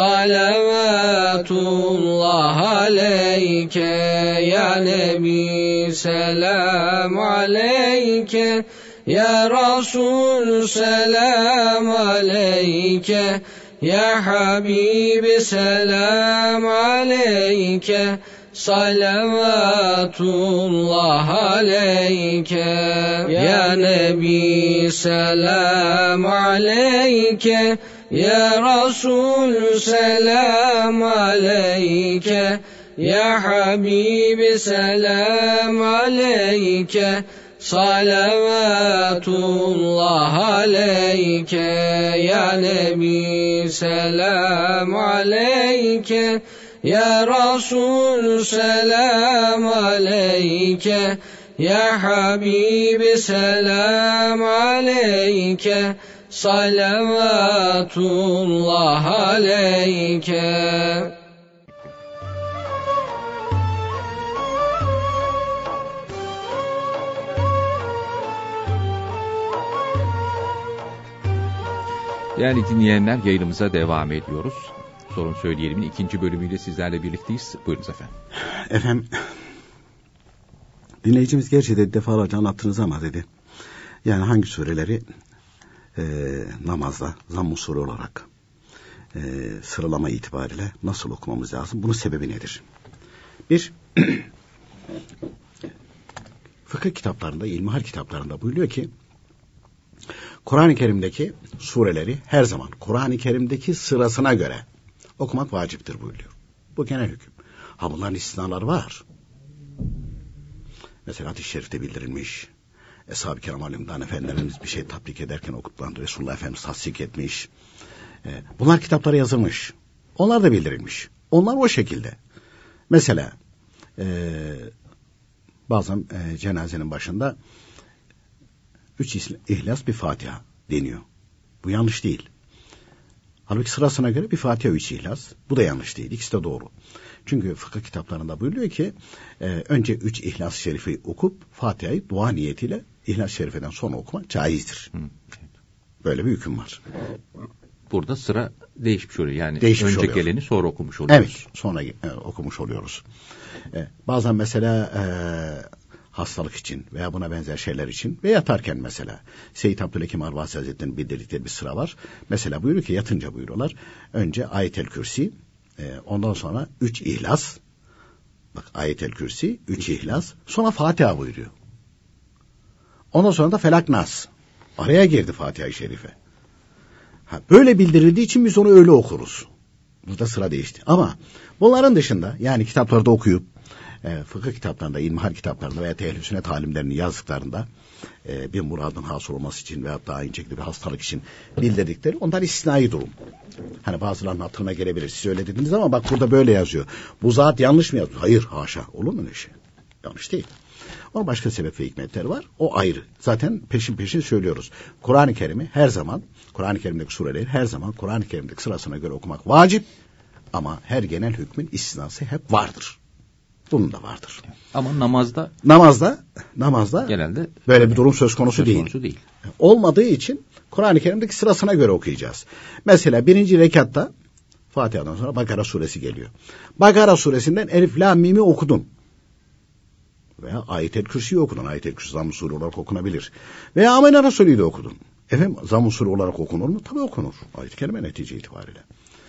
salavatullah aleyke. Ya Nebi selam aleyke, Ya Resul selam aleyke, Ya Habibi selam aleyke, salavatullah aleyke. Ya Nebi selam aleyke, Ya Resul selam aleyke, Ya Habibi selam aleyke, salavatullah aleyke. Ya Nebi selam aleyke, Ya Resul selam aleyke, Ya Habibi selam aleyke, salavatullah aleyke. Değerli dinleyenler, yayınımıza devam ediyoruz. Sorun Söyleyelim'in 2. bölümüyle sizlerle birlikteyiz. Buyurunuz efendim. Efendim, dinleyicimiz gerçi de defalarca anlattınız ama dedi, yani hangi sureleri namazda zamm-ı sure olarak sıralama itibariyle nasıl okumamız lazım? Bunun sebebi nedir? Bir, fıkıh kitaplarında, ilmihal kitaplarında buyuruyor ki, Kur'an-ı Kerim'deki sureleri her zaman Kur'an-ı Kerim'deki sırasına göre okumak vaciptir buyuruyor. Bu genel hüküm. Ha, bunların istisnaları var. Mesela hadis-i şerifte bildirilmiş. Eshab-ı Kiram Alimdan Efendilerimiz bir şey tatbik ederken okutlandı. Resulullah Efendimiz tasdik etmiş. Bunlar kitaplara yazılmış. Onlar da bildirilmiş. Onlar o şekilde. Mesela bazen cenazenin başında 3 İhlas bir Fatiha deniyor. Bu yanlış değil. Halbuki sırasına göre bir Fatiha 3 İhlas. Bu da yanlış değil. İkisi de doğru. Çünkü fıkıh kitaplarında buyuruyor ki önce 3 İhlas-ı Şerif'i okup Fatiha'yı dua niyetiyle İhlas-ı Şerif'den sonra okumak caizdir. Böyle bir hüküm var. Burada sıra değişmiş oluyor. Yani değişmiş önce oluyor. geleni sonra okumuş oluyoruz. Evet, sonra okumuş oluyoruz. Bazen mesela hastalık için veya buna benzer şeyler için ve yatarken mesela Seyyid Abdülhakim Arvasi Hazretleri'nin bildirdikleri bir sıra var. Mesela buyuruyor ki yatınca buyuruyorlar. Önce Ayet-el Kürsi, ondan sonra 3 İhlas. Bak, Ayet-el Kürsi, 3 İhlas, sonra Fatiha buyuruyor. Ondan sonra da Felak Nas. Araya girdi Fatiha-i Şerife. Böyle bildirildiği için biz onu öyle okuruz. Burada sıra değişti. Ama bunların dışında, yani kitaplarda okuyup fıkıh kitaplarında, ilmihal kitaplarında veya ehl-i sünnet talimlerini yazdıklarında bir muradın hasıl olması için veya daha ince bir hastalık için bildirdikleri, onlar istisnai durum. Hani bazılarının hatırına gelebilir. Siz öyle dediniz ama bak burada böyle yazıyor. Bu zat yanlış mı yazıyor? Hayır, haşa. Olur mu öyle şey? Yanlış değil. Onun başka sebep ve hikmetleri var. O ayrı. Zaten peşin söylüyoruz. Kur'an-ı Kerim'i her zaman, Kur'an-ı Kerim'deki sureleri her zaman Kur'an-ı Kerim'deki sırasına göre okumak vacip. Ama her genel hükmün istisnası hep vardır. Bunun da vardır. Ama namazda genelde böyle bir durum söz konusu değil. Olmadığı için Kur'an-ı Kerim'deki sırasına göre okuyacağız. Mesela 1. rekatta Fatiha'dan sonra Bakara suresi geliyor. Bakara suresinden Elif Lam Mim'i okudun. Veya Ayet-el Kürsi'yi okudun. Ayet-el Kürsi zamm-ı sure olarak okunabilir. Veya Amenna Resulü'yü de okudun. Efendim, zamm-ı sure olarak okunur mu? Tabii okunur. Ayet-i Kerime netice itibariyle.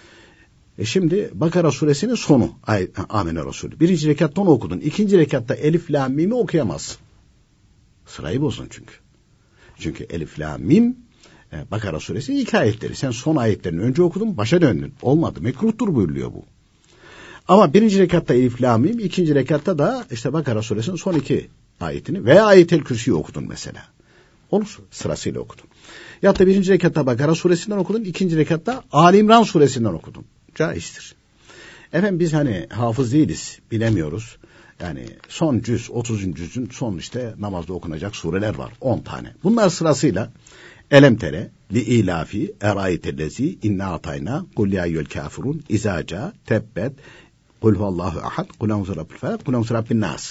Şimdi Bakara suresinin sonu Amenna Resulü. 1. rekatta onu okudun. 2. rekatta Elif Lam Mim'i okuyamazsın. Sırayı bozdun çünkü. Çünkü Elif Lam Mim Bakara suresinin ilk ayetleri. Sen son ayetlerini önce okudun, başa döndün. Olmadı. Mekruhtur buyuruyor bu. Ama 1. rekatta Elif Lam Mim, 2. rekatta da işte Bakara suresinin son 2 ayetini veya Ayet-el Kürsi'yi okudun mesela. Onu sırasıyla okudun. Ya da 1. rekatta Bakara suresinden okudun, 2. rekatta Ali İmran suresinden okudun. Caizdir. Efendim biz hani hafız değiliz, bilemiyoruz. Yani son cüz, 30. cüzün son işte namazda okunacak sureler var. 10 tane. Bunlar sırasıyla Elem tere, li ilafi, erayetellezi, inna atayna, kul ya eyyüel kafirun, izaca, tebbet, kul huvallahu ahad, kul hamzu rabbil felak, kul hamzu rabbin nas.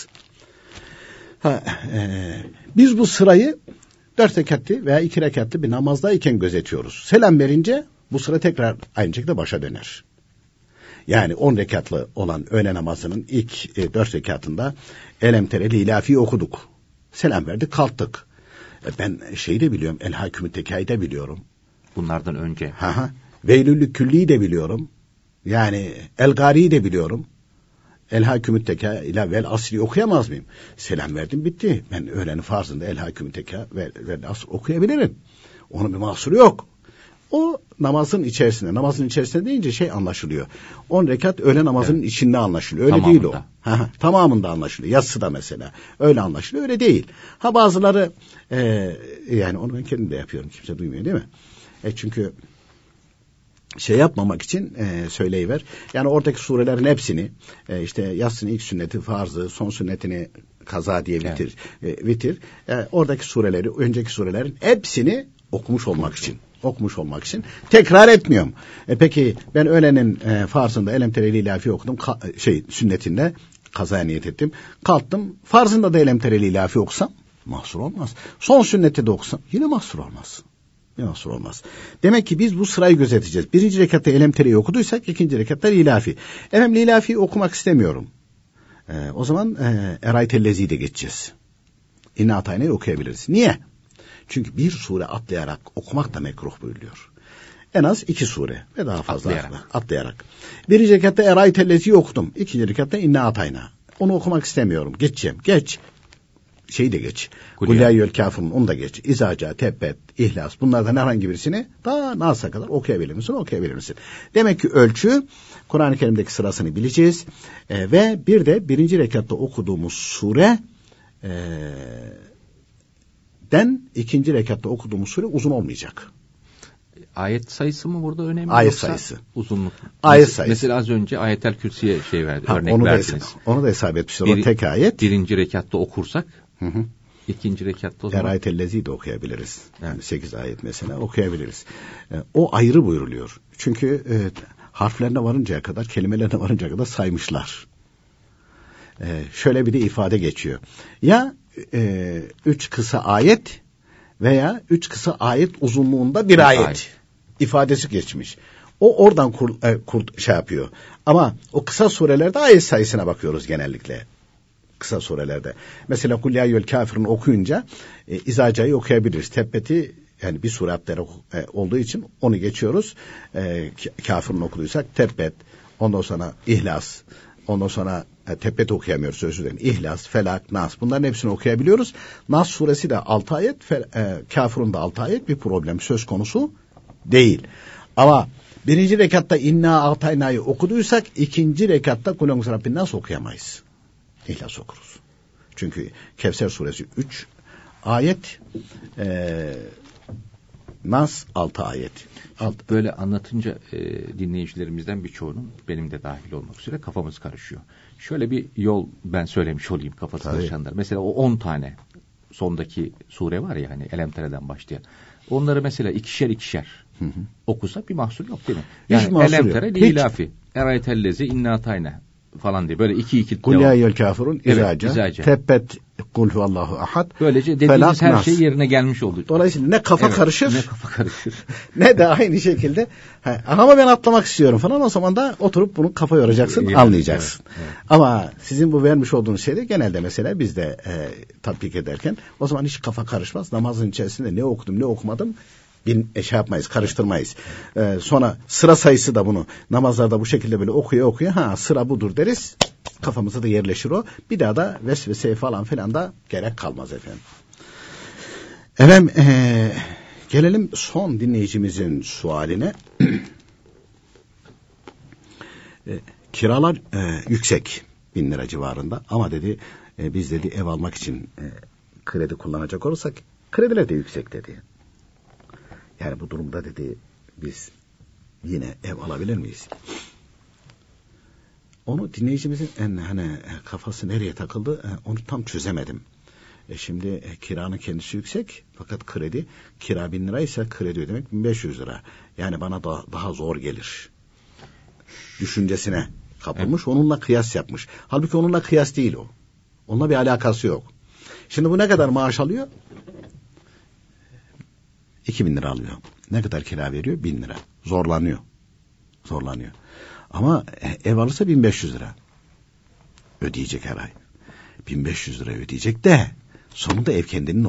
Biz bu sırayı 4 rekatlı veya 2 rekatlı bir namazdayken gözetiyoruz. Selam verince bu sıra tekrar aynı şekilde başa döner. Yani 10 rekatlı olan öğle namazının ilk 4 rekatında Elem tere, li ilafi okuduk. Selam verdik, kalktık. Ben şeyi de biliyorum, El Hakimü Tekâ'yı da biliyorum. Bunlardan önce. Veylüllü Külli'yi de biliyorum. Yani El Gâri'yi de biliyorum. El Hakimü Tekâ ile Vel Asr'i okuyamaz mıyım? Selam verdim, bitti. Ben öğlenin farzında El Hakimü Tekâ ve Vel Asr okuyabilirim. Onun bir mahsuru yok. O namazın içerisinde deyince şey anlaşılıyor. 10 rekat öğle namazının içinde anlaşılıyor. Öyle tamamında değil o. Tamamında anlaşılıyor. Yatsıda mesela. Öyle anlaşılıyor. Öyle değil. Bazıları yani onu ben kendim de yapıyorum. Kimse duymuyor değil mi? Çünkü şey yapmamak için söyleyiver. Yani oradaki surelerin hepsini işte yatsının ilk sünneti farzı, son sünnetini kaza diye vitir. Oradaki sureleri, önceki surelerin hepsini okumuş olmak için tekrar etmiyorum. Peki ben öğlenin farzında Elem tere-i ilafi okudum. Sünnetinde kazaya niyet ettim. Kalktım. Farzında da Elem tere-i ilafi okusam mahsur olmaz. Son sünneti de okusam yine mahsur olmaz. Bir mahsur olmaz. Demek ki biz bu sırayı gözeteceğiz. Birinci rekatta Elemtere'yi okuduysak ikinci rekatta İlafi. Efendim İlafi'yi okumak istemiyorum. O zaman Eraytellezi'yi de geçeceğiz. İnna Atayna'yı okuyabiliriz. Niye? Çünkü bir sure atlayarak okumak da mekruh buyuruyor. En az 2 sure ve daha fazla atlayarak. Birinci rekatta Eraytellezi'yi okudum. İkinci rekatta İnna Atayna. Onu okumak istemiyorum. Geçeceğim. Geç. Şeyi de geç. Kulyâyyül Kâfirun onu da geç. İzaca, Tebbet, İhlas bunlardan herhangi birisini daha Nas'a kadar okuyabilir misin? Okuyabilir misin? Demek ki ölçü Kur'an-ı Kerim'deki sırasını bileceğiz. Ve bir de birinci rekatta okuduğumuz sure ikinci rekatta okuduğumuz sure uzun olmayacak. Ayet sayısı mı burada önemli? Ayet yoksa sayısı. Uzunluk. Ayet sayısı. Mesela az önce Ayetel Kürsi'ye örnek verdiniz. Onu da hesap etmişler. O tek ayet. Birinci rekatta okursak ikinci rekatta o zaman. Eraytellezi'yi de okuyabiliriz. Yani 8 ayet mesela okuyabiliriz. O ayrı buyuruluyor. Çünkü harflerine varıncaya kadar, kelimelerine varıncaya kadar saymışlar. Şöyle bir de ifade geçiyor. Ya 3 kısa ayet veya 3 kısa ayet uzunluğunda bir ayet ifadesi geçmiş. O oradan şey yapıyor. Ama o kısa surelerde ayet sayısına bakıyoruz genellikle. Kısa surelerde. Mesela Kulyâyyül Kâfirun okuyunca İzaca'yı okuyabiliriz. Tebbet'i yani bir sure olduğu için onu geçiyoruz. Kâfirun okuduysak Tebbet, ondan sonra İhlas, ondan sonra Tebbet okuyamıyoruz özür dilerim. İhlas, Felak, Nas bunların hepsini okuyabiliyoruz. Nas suresi de 6 ayet, Kâfirun da 6 ayet bir problem söz konusu değil. Ama birinci rekatta İnna Atayna'yı okuduysak ikinci rekatta Kulûngus Rabbin Nas okuyamayız. İhlas okuruz. Çünkü Kevser suresi 3 ayet, Nas 6 ayet. Böyle anlatınca dinleyicilerimizden birçoğunun benim de dahil olmak üzere kafamız karışıyor. Şöyle bir yol ben söylemiş olayım kafası karışanlar. Mesela o 10 tane sondaki sure var ya hani Elemtere'den başlayan. Onları mesela ikişer okusa bir mahsur yok değil mi? Yani Elemtere, İlafi, Eraytellezi, İnna Atayna falan diye böyle 2 Kulyâyyül Kâfirun, İzaca, Tebbet, Kul huvallahu ahad. Böylece dediğiniz her şey yerine gelmiş oldu. Dolayısıyla ne kafa karışır ne de aynı şekilde ama ben atlamak istiyorum falan, o zaman da oturup bunu kafa yoracaksın, anlayacaksın. Evet. Ama sizin bu vermiş olduğunuz şeyde genelde mesela biz de tatbik ederken o zaman hiç kafa karışmaz. Namazın içerisinde ne okudum ne okumadım şey yapmayız, karıştırmayız. Sonra sıra sayısı da bunu namazlarda bu şekilde böyle okuyor. Sıra budur deriz. Kafamıza da yerleşir o. Bir daha da vesvese falan filan da gerek kalmaz efendim. Efendim gelelim son dinleyicimizin sualine. Kiralar yüksek 1000 lira civarında ama dedi biz dedi ev almak için kredi kullanacak olursak krediler de yüksek dedi. Yani bu durumda dedi biz yine ev alabilir miyiz? Onu dinleyicimizin kafası nereye takıldı onu tam çözemedim. Şimdi kiranın kendisi yüksek fakat kira 1000 liraysa kredi ödemek 1500 lira. Yani bana daha zor gelir. Düşüncesine kapılmış, evet. Onunla kıyas yapmış. Halbuki onunla kıyas değil o. Onunla bir alakası yok. Şimdi bu ne kadar maaş alıyor? 2000 lira alıyor. Ne kadar kira veriyor? 1000 lira. Zorlanıyor. Ama ev alırsa 1500 lira. Ödeyecek her ay. 1500 lira ödeyecek de sonunda ev kendinin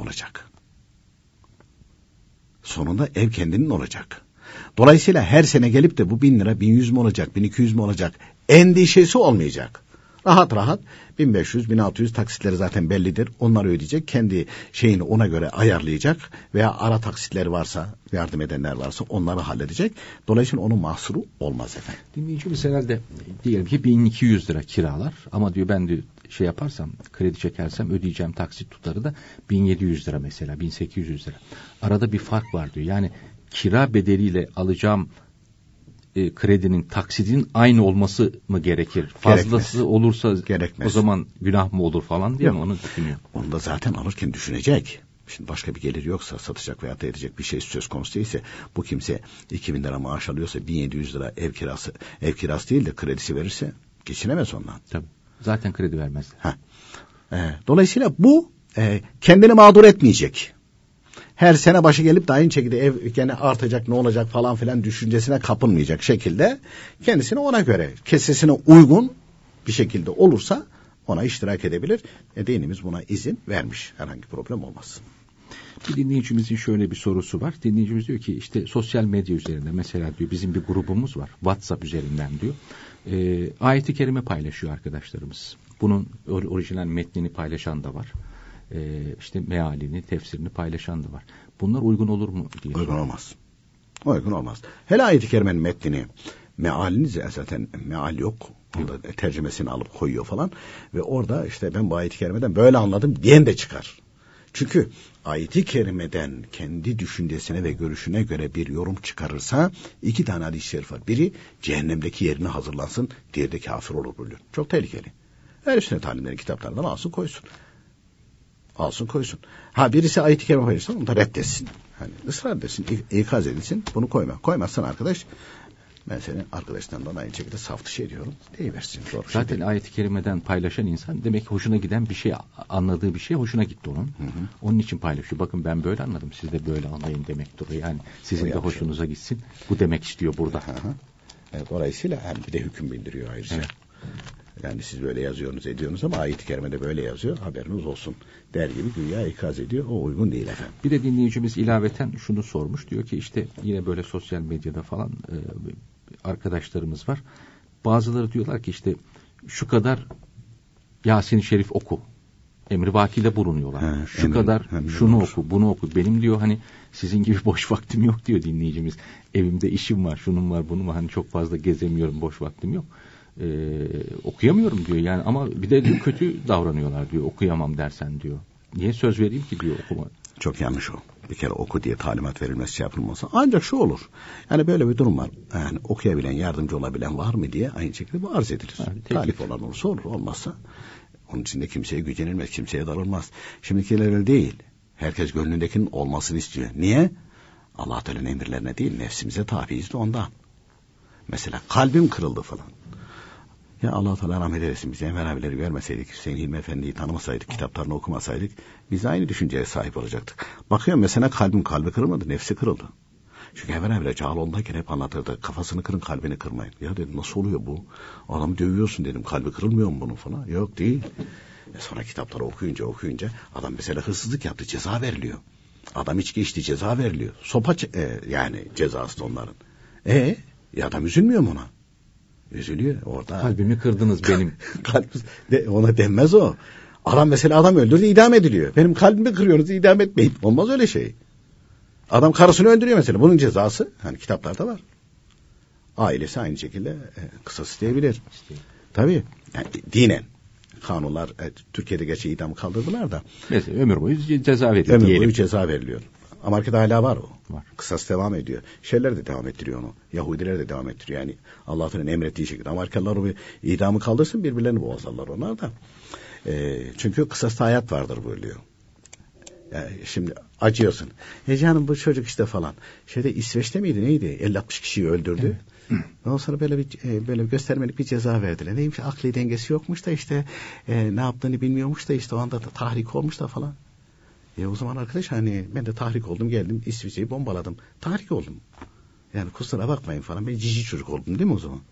olacak. Dolayısıyla her sene gelip de bu 1000 lira 1100 mi olacak, 1200 mi olacak endişesi olmayacak. Rahat 1500-1600 taksitleri zaten bellidir. Onları ödeyecek. Kendi şeyini ona göre ayarlayacak. Veya ara taksitleri varsa, yardım edenler varsa onları halledecek. Dolayısıyla onun mahsuru olmaz efendim. Dinleyicimiz herhalde diyelim ki 1200 lira kiralar. Ama diyor ben diyor şey yaparsam, kredi çekersem ödeyeceğim taksit tutarı da 1700 lira mesela, 1800 lira. Arada bir fark var diyor. Yani kira bedeliyle alacağım kredinin taksidinin aynı olması mı gerekir? Fazlası gerekmez. Olursa gerekmez. O zaman günah mı olur falan diye mi onu düşünüyor? Onu da zaten alırken düşünecek. Şimdi başka bir gelir yoksa, satacak veya edecek bir şey söz konusu değilse, bu kimse 2000 lira maaş alıyorsa 1700 lira ev kirası değil de kredisi verirse geçinemez ondan. Tabii. Zaten kredi vermezler. Dolayısıyla bu kendini mağdur etmeyecek. her sene başı gelip de aynı şekilde ev gene artacak, ne olacak falan filan düşüncesine kapılmayacak şekilde kendisine ona göre kesesine uygun bir şekilde olursa ona iştirak edebilir. Dinimiz buna izin vermiş. Herhangi problem olmaz. Bir dinleyicimizin şöyle bir sorusu var. Dinleyicimiz diyor ki işte sosyal medya üzerinde mesela diyor bizim bir grubumuz var. WhatsApp üzerinden diyor. Ayet-i kerime paylaşıyor arkadaşlarımız. Bunun orijinal metnini paylaşan da var. İşte mealini, tefsirini paylaşan da var. Bunlar uygun olur mu diye. Uygun olmaz. Uygun olmaz. Hele ayet-i kerimenin metnini, mealini zaten meal yok. Onda tercümesini alıp koyuyor falan. Ve orada işte ben bu ayet-i kerimeden böyle anladım diyen de çıkar. Çünkü ayet-i kerimeden kendi düşüncesine ve görüşüne göre bir yorum çıkarırsa 2 tane hadis-i şerif var. Biri cehennemdeki yerine hazırlansın, diğeri de kafir olur buyuruyor. Çok tehlikeli. Ehl-i sünnet alimleri kitaplarından alsın koysun. Alsın koysun. Birisi ayet-i kerime paylaşırsa onu da reddetsin. Hani ısrar etsin, ikaz edilsin. Bunu koyma. Koymazsan arkadaş, ben senin arkadaşlarından aynı şekilde saf dışı ediyorum. Deyiversin. Zaten şey ayet-i kerimeden paylaşan insan demek ki hoşuna giden bir şey, anladığı bir şey hoşuna gitti onun. Hı. Onun için paylaşıyor. Bakın ben böyle anladım, siz de böyle anlayın demektir. Yani sizin de hoşunuza gitsin. Bu demek istiyor burada. Dolayısıyla bir de hüküm bildiriyor ayrıca. Evet. Yani siz böyle yazıyorsunuz, ediyorsunuz ama ayet-i kerimede böyle yazıyor. Haberiniz olsun der gibi güya ikaz ediyor. O uygun değil efendim. Bir de dinleyicimiz ilaveten şunu sormuş. Diyor ki işte yine böyle sosyal medyada falan arkadaşlarımız var. Bazıları diyorlar ki işte şu kadar Yasin-i Şerif oku. Emri vakide bulunuyorlar. Şu kadar şunu oku, bunu oku. Benim diyor hani sizin gibi boş vaktim yok diyor dinleyicimiz. Evimde işim var, şunun var, bunun var. Hani çok fazla gezemiyorum, boş vaktim yok. Okuyamıyorum diyor yani ama bir de diyor, kötü davranıyorlar diyor okuyamam dersen diyor. Niye söz vereyim ki diyor okuma. Çok yanlış o. Bir kere oku diye talimat verilmesi, şey yapılması. Ancak şu olur. Yani böyle bir durum var. Yani okuyabilen, yardımcı olabilen var mı diye aynı şekilde bu arz edilir. Talip olan olursa olur, olmazsa onun içinde kimseye gücenilmez, kimseye darılmaz. Şimdikiler öyle değil. Herkes gönlündekinin olmasını istiyor. Niye? Allah Teala'nın emirlerine değil, nefsimize tabiiz de ondan. Mesela kalbim kırıldı falan. Ya Allah Teala rahmet eylesin, bize Enver abileri görmeseydik, Hüseyin Hilmi Efendi'yi tanımasaydık, kitaplarını okumasaydık, biz aynı düşünceye sahip olacaktık. Bakıyorum mesela kalbi kırılmadı, nefsi kırıldı. Çünkü Enver abiler Cağaloğlu'ndayken hep anlatırdı, kafasını kırın, kalbini kırmayın. Ya dedim nasıl oluyor bu? Adamı dövüyorsun dedim, kalbi kırılmıyor mu bunun falan? Yok değil. Sonra kitapları okuyunca adam mesela hırsızlık yaptı, ceza veriliyor. Adam içki içti, ceza veriliyor. Sopa yani cezası da onların. Ya adam üzülmüyor mu ona? Üzülüyor orada. Kalbimi kırdınız benim. Ona denmez o. Adam öldürdü, idam ediliyor. Benim kalbimi kırıyorsunuz, idam etmeyin. Olmaz öyle şey. Adam karısını öldürüyor mesela. Bunun cezası hani kitaplarda var. Ailesi aynı şekilde kısas isteyebilir. Tabii. Yani dinen kanunlar Türkiye'de gerçi idamı kaldırdılar da. Mesela ömür boyu ceza veriliyor. Ömür boyu ceza veriliyor. Amerika'da hala var o. Var. Kısas devam ediyor. Şeyler de devam ettiriyor onu. Yahudiler de devam ettiriyor. Yani Allah'ın emrettiği şekilde. Amerikalılar o idamı kaldırsın, birbirlerini boğazlarlar onlar da. Çünkü kısasta hayat vardır buyuruyor. Yani şimdi acıyorsun. Canım bu çocuk işte falan. İsveç'te miydi neydi? 50-60 kişiyi öldürdü. Evet. Ondan sonra böyle göstermelik bir ceza verdiler. Neymiş, akli dengesi yokmuş da işte ne yaptığını bilmiyormuş da işte o anda tahrik olmuş da falan. O zaman arkadaş hani ben de tahrik oldum, geldim İsviçre'yi bombaladım. Tahrik oldum. Yani kusura bakmayın falan, ben cici çocuk oldum değil mi o zaman?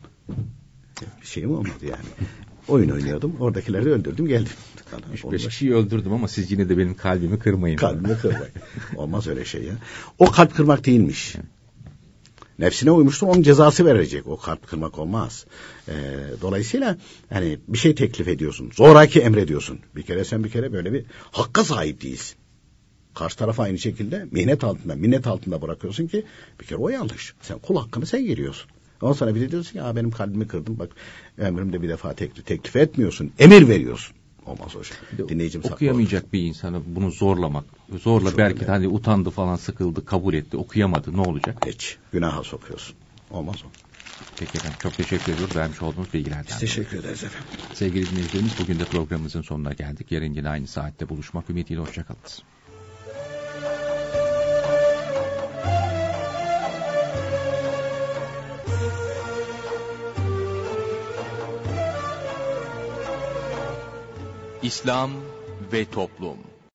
Bir şeyim olmadı yani. Oyun oynuyordum, oradakileri de öldürdüm geldim. 3-5 kişiyi öldürdüm ama siz yine de benim kalbimi kırmayın. Kalbimi kırmayın. Olmaz öyle şey ya. O kalp kırmak değilmiş. Nefsine uymuştur, onun cezası verecek. O kalp kırmak olmaz. Dolayısıyla hani bir şey teklif ediyorsun. Zoraki emrediyorsun. Bir kere böyle bir hakka sahip değilsin. Karşı tarafa aynı şekilde minnet altında bırakıyorsun ki bir kere o yanlış. Sen kul hakkını sen giriyorsun. Ondan sonra bir de diyorsun ki benim kalbimi kırdım. Bak ömrümde bir defa teklif etmiyorsun. Emir veriyorsun. Olmaz o şey. Dinleyicim okuyamayacak bir insanı bunu zorlamak. Zorla belki de hani utandı falan, sıkıldı, kabul etti, okuyamadı. Ne olacak? Hiç. Günaha sokuyorsun. Olmaz o. Peki efendim. Çok teşekkür ediyoruz vermiş olduğunuz bilgilerden. Biz teşekkür ederiz efendim. Sevgili dinleyicilerimiz, bugün de programımızın sonuna geldik. Yarın yine aynı saatte buluşmak ümidiyle hoşçakalınız. İslam ve Toplum.